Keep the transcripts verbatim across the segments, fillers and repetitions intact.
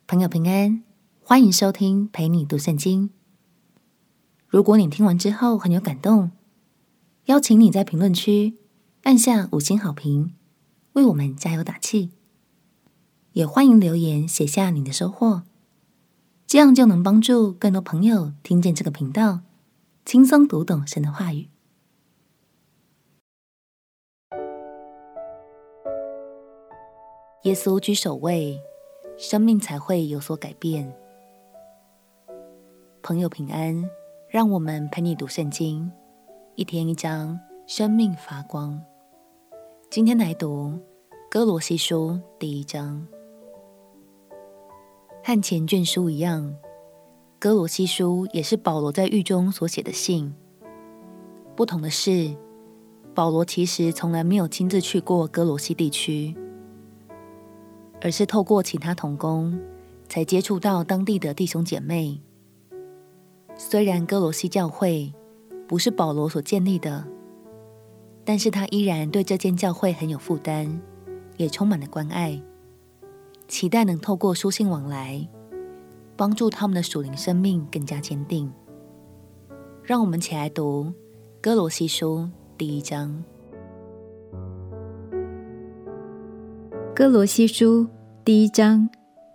朋友平安，欢迎收听陪你读圣经。如果你听完之后很有感动，邀请你在评论区按下五星好评，为我们加油打气。也欢迎留言写下你的收获，这样就能帮助更多朋友听见这个频道，轻松读懂神的话语。耶稣居首位，生命才会有所改变。朋友平安，让我们陪你读圣经，一天一章，生命发光。今天来读歌罗西书第一章。和前卷书一样，歌罗西书也是保罗在狱中所写的信。不同的是，保罗其实从来没有亲自去过歌罗西地区，而是透过其他同工才接触到当地的弟兄姐妹。虽然歌罗西教会不是保罗所建立的，但是他依然对这间教会很有负担，也充满了关爱，期待能透过书信往来，帮助他们的属灵生命更加坚定。让我们起来读歌罗西书第一章。 歌罗西书第一章。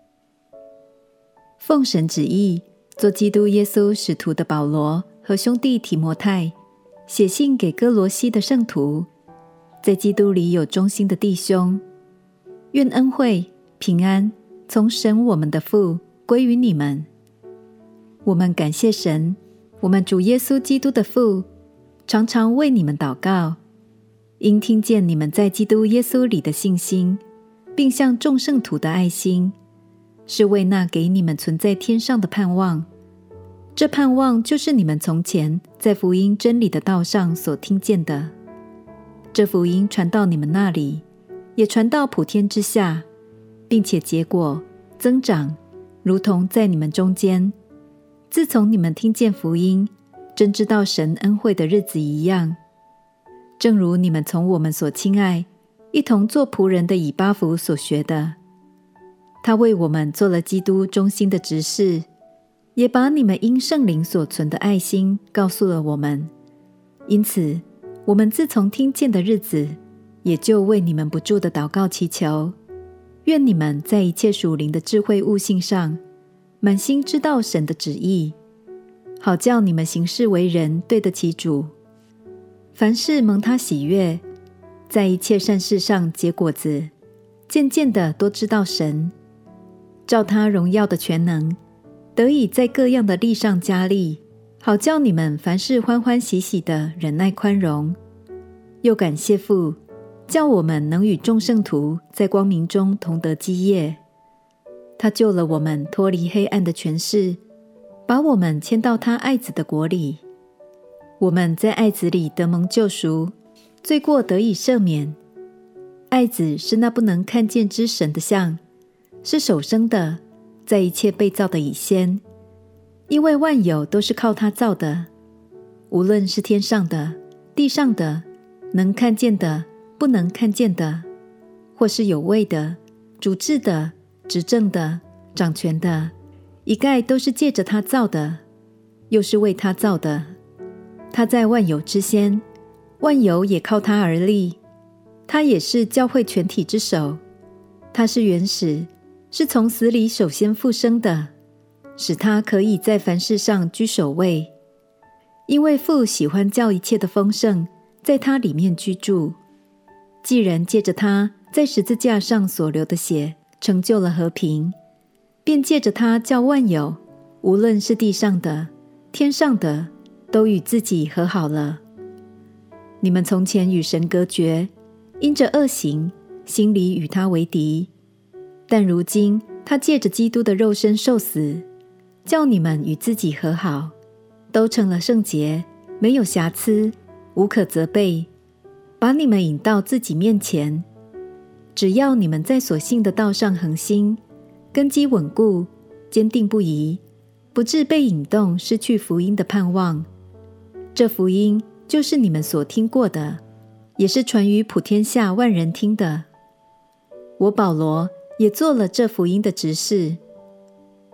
奉神旨意，做基督耶稣使徒的保罗和兄弟提摩太，写信给歌罗西的圣徒，在基督里有忠心的弟兄，愿恩惠平安从神我们的父归于你们。我们感谢神，我们主耶稣基督的父，常常为你们祷告，因听见你们在基督耶稣里的信心，并向众圣徒的爱心，是为那给你们存在天上的盼望。这盼望就是你们从前在福音真理的道上所听见的。这福音传到你们那里，也传到普天之下，并且结果增长，如同在你们中间，自从你们听见福音，真知道神恩惠的日子一样。正如你们从我们所亲爱一同做仆人的以巴弗所学的，他为我们做了基督忠心的执事，也把你们因圣灵所存的爱心告诉了我们。因此我们自从听见的日子，也就为你们不住的祷告祈求，愿你们在一切属灵的智慧悟性上，满心知道神的旨意，好叫你们行事为人对得起主，凡事蒙他喜悦，在一切善事上结果子，渐渐的多知道神，照他荣耀的全能，得以在各样的力上加力，好叫你们凡事欢欢喜喜的忍耐宽容。又感谢父，叫我们能与众圣徒在光明中同得基业。他救了我们脱离黑暗的权势，把我们迁到他爱子的国里。我们在爱子里得蒙救赎，罪过得以赦免。爱子是那不能看见之神的像，是首生的，在一切被造的以先，因为万有都是靠他造的，无论是天上的、地上的，能看见的、不能看见的，或是有位的、主治的、执政的、掌权的，一概都是借着他造的，又是为他造的。他在万有之先，万有也靠他而立。他也是教会全体之首，他是原始，是从死里首先复生的，使他可以在凡事上居首位。因为父喜欢叫一切的丰盛在他里面居住。既然借着他在十字架上所流的血成就了和平，便借着他叫万有，无论是地上的、天上的，都与自己和好了。你们从前与神隔绝，因着恶行，心里与他为敌。但如今他借着基督的肉身受死，叫你们与自己和好，都成了圣洁，没有瑕疵，无可责备，把你们引到自己面前。只要你们在所信的道上恒心，根基稳固，坚定不移，不致被引动失去福音的盼望。这福音就是你们所听过的，也是传于普天下万人听的。我保罗也做了这福音的执事，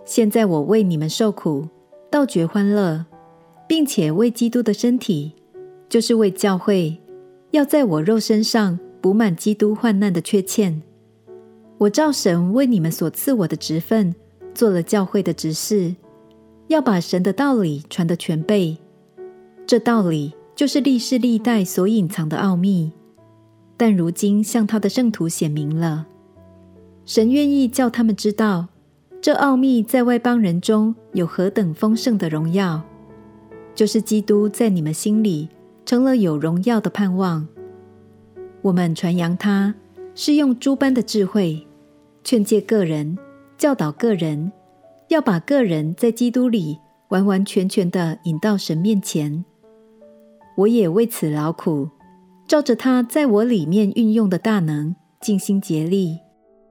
现在我为你们受苦，倒觉欢乐，并且为基督的身体，就是为教会，要在我肉身上补满基督患难的缺欠。我照神为你们所赐我的职分，做了教会的执事，要把神的道理传得全备。这道理就是历世历代所隐藏的奥秘，但如今向他的圣徒显明了。神愿意叫他们知道，这奥秘在外邦人中有何等丰盛的荣耀，就是基督在你们心里成了有荣耀的盼望。我们传扬他，是用诸般的智慧，劝诫个人，教导个人，要把个人在基督里完完全全地引到神面前。我也为此劳苦，照着他在我里面运用的大能，尽心竭力。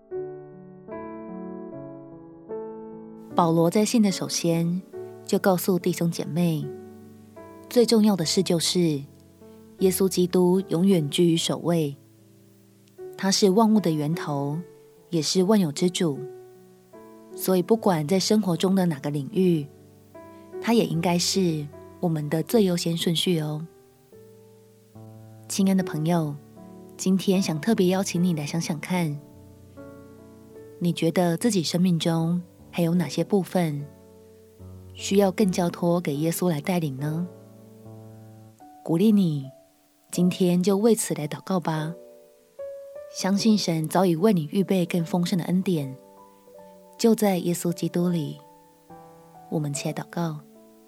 保罗在信的首先就告诉弟兄姐妹，最重要的事就是耶稣基督永远居于首位，他是万物的源头，也是万有之主，所以不管在生活中的哪个领域，他也应该是我们的最优先顺序哦。亲爱的朋友，今天想特别邀请你来想想看，你觉得自己生命中还有哪些部分需要更交托给耶稣来带领呢？鼓励你今天就为此来祷告吧，相信神早已为你预备更丰盛的恩典，就在耶稣基督里。我们起来祷告。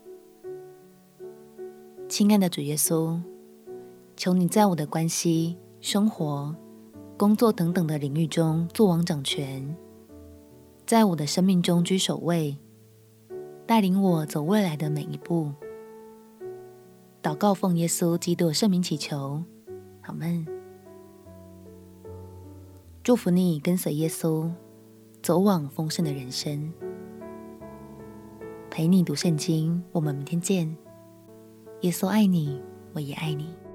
亲爱的主耶稣，求你在我的关系、生活、工作等等的领域中作王掌权，在我的生命中居首位，带领我走未来的每一步。祷告奉耶稣基督的圣名祈求，阿们。祝福你跟随耶稣，走往丰盛的人生。陪你读圣经，我们明天见。耶稣爱你，我也爱你。